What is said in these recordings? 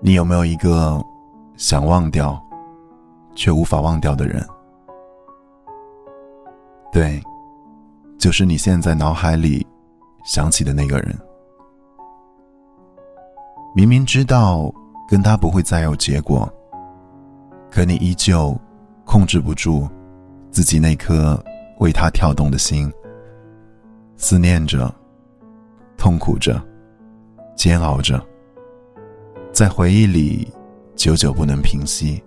你有没有一个想忘掉却无法忘掉的人？对，就是你现在脑海里想起的那个人。明明知道跟他不会再有结果，可你依旧控制不住自己那颗为他跳动的心，思念着，痛苦着，煎熬着，在回忆里久久不能平息。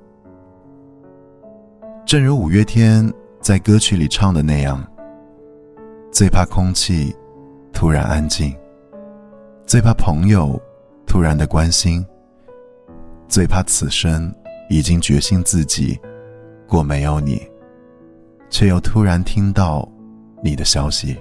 正如五月天在歌曲里唱的那样，最怕空气突然安静，最怕朋友突然的关心，最怕此生已经决心自己过没有你，却又突然听到你的消息。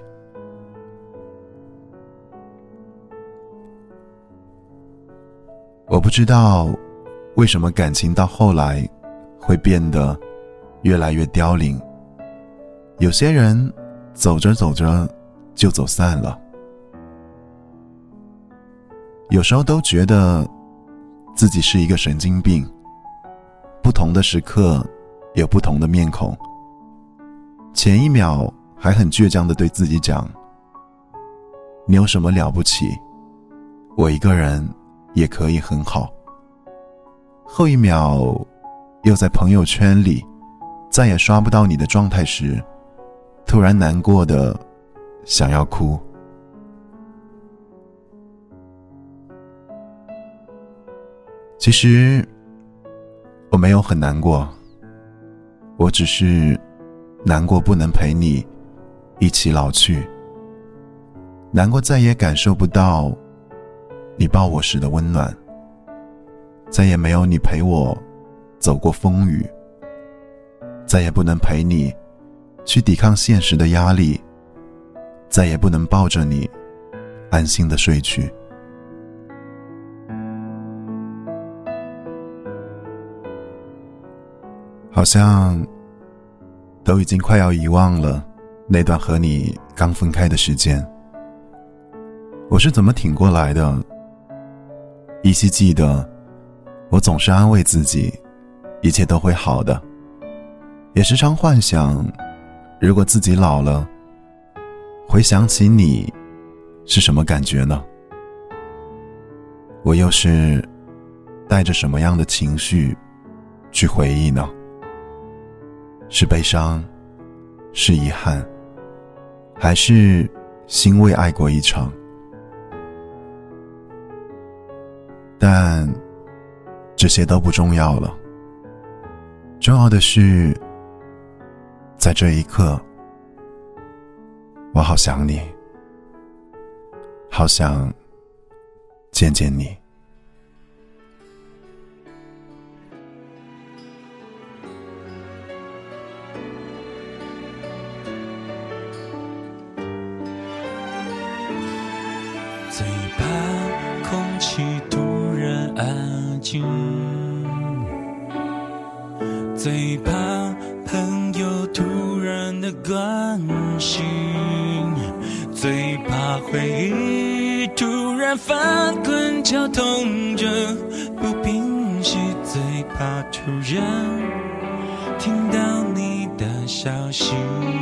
我不知道为什么感情到后来会变得越来越凋零，有些人走着走着就走散了。有时候都觉得自己是一个神经病，不同的时刻有不同的面孔。前一秒还很倔强地对自己讲，你有什么了不起，我一个人也可以很好。后一秒又在朋友圈里再也刷不到你的状态时，突然难过的想要哭。其实我没有很难过，我只是难过不能陪你一起老去，难过再也感受不到你抱我时的温暖，再也没有你陪我走过风雨，再也不能陪你去抵抗现实的压力，再也不能抱着你安心的睡去。好像都已经快要遗忘了那段和你刚分开的时间，我是怎么挺过来的。依稀记得我总是安慰自己一切都会好的，也时常幻想如果自己老了，回想起你是什么感觉呢？我又是带着什么样的情绪去回忆呢？是悲伤，是遗憾，还是欣慰爱过一场？但这些都不重要了，重要的是在这一刻，我好想你，好想见见你。 最怕空气突然安静，最怕朋友突然的关心，最怕回忆突然翻滚绞痛着不平息，最怕突然听到你的消息。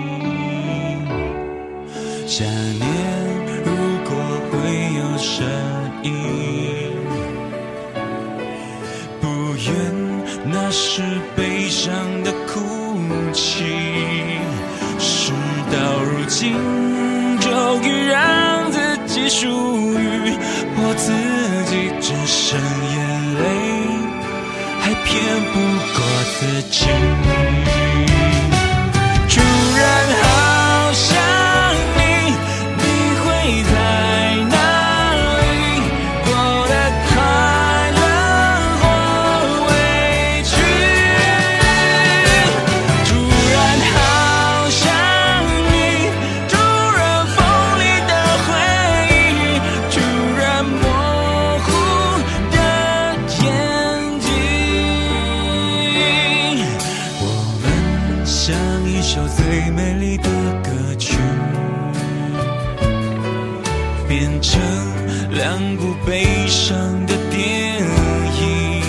想念如果会有声音，不愿那是悲伤的哭泣，事到如今终于让自己属于我自己，只剩眼泪还骗不过自己。突然好想你，你会在哪里？过得快乐或委屈。突然好想你，突然锋利的回忆，突然模糊的眼睛。我们像一首最美丽的歌曲，变成两部悲伤的电影。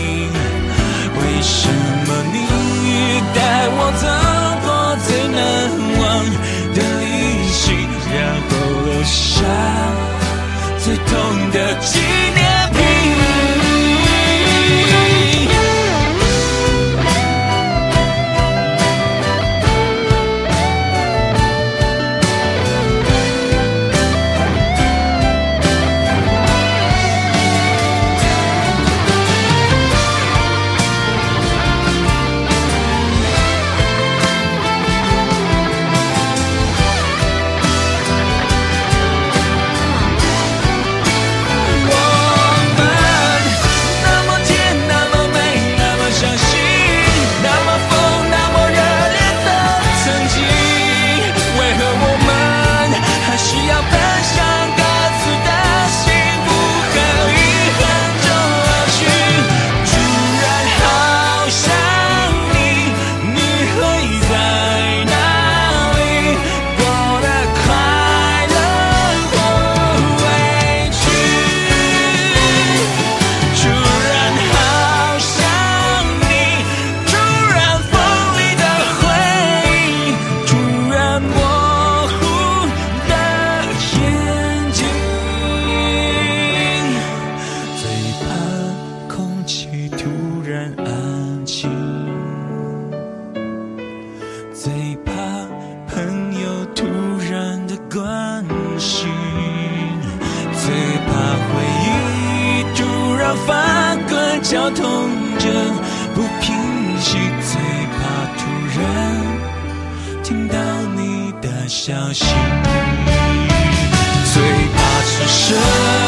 怕翻滚绞痛着不平息，最怕突然听到你的消息，最怕是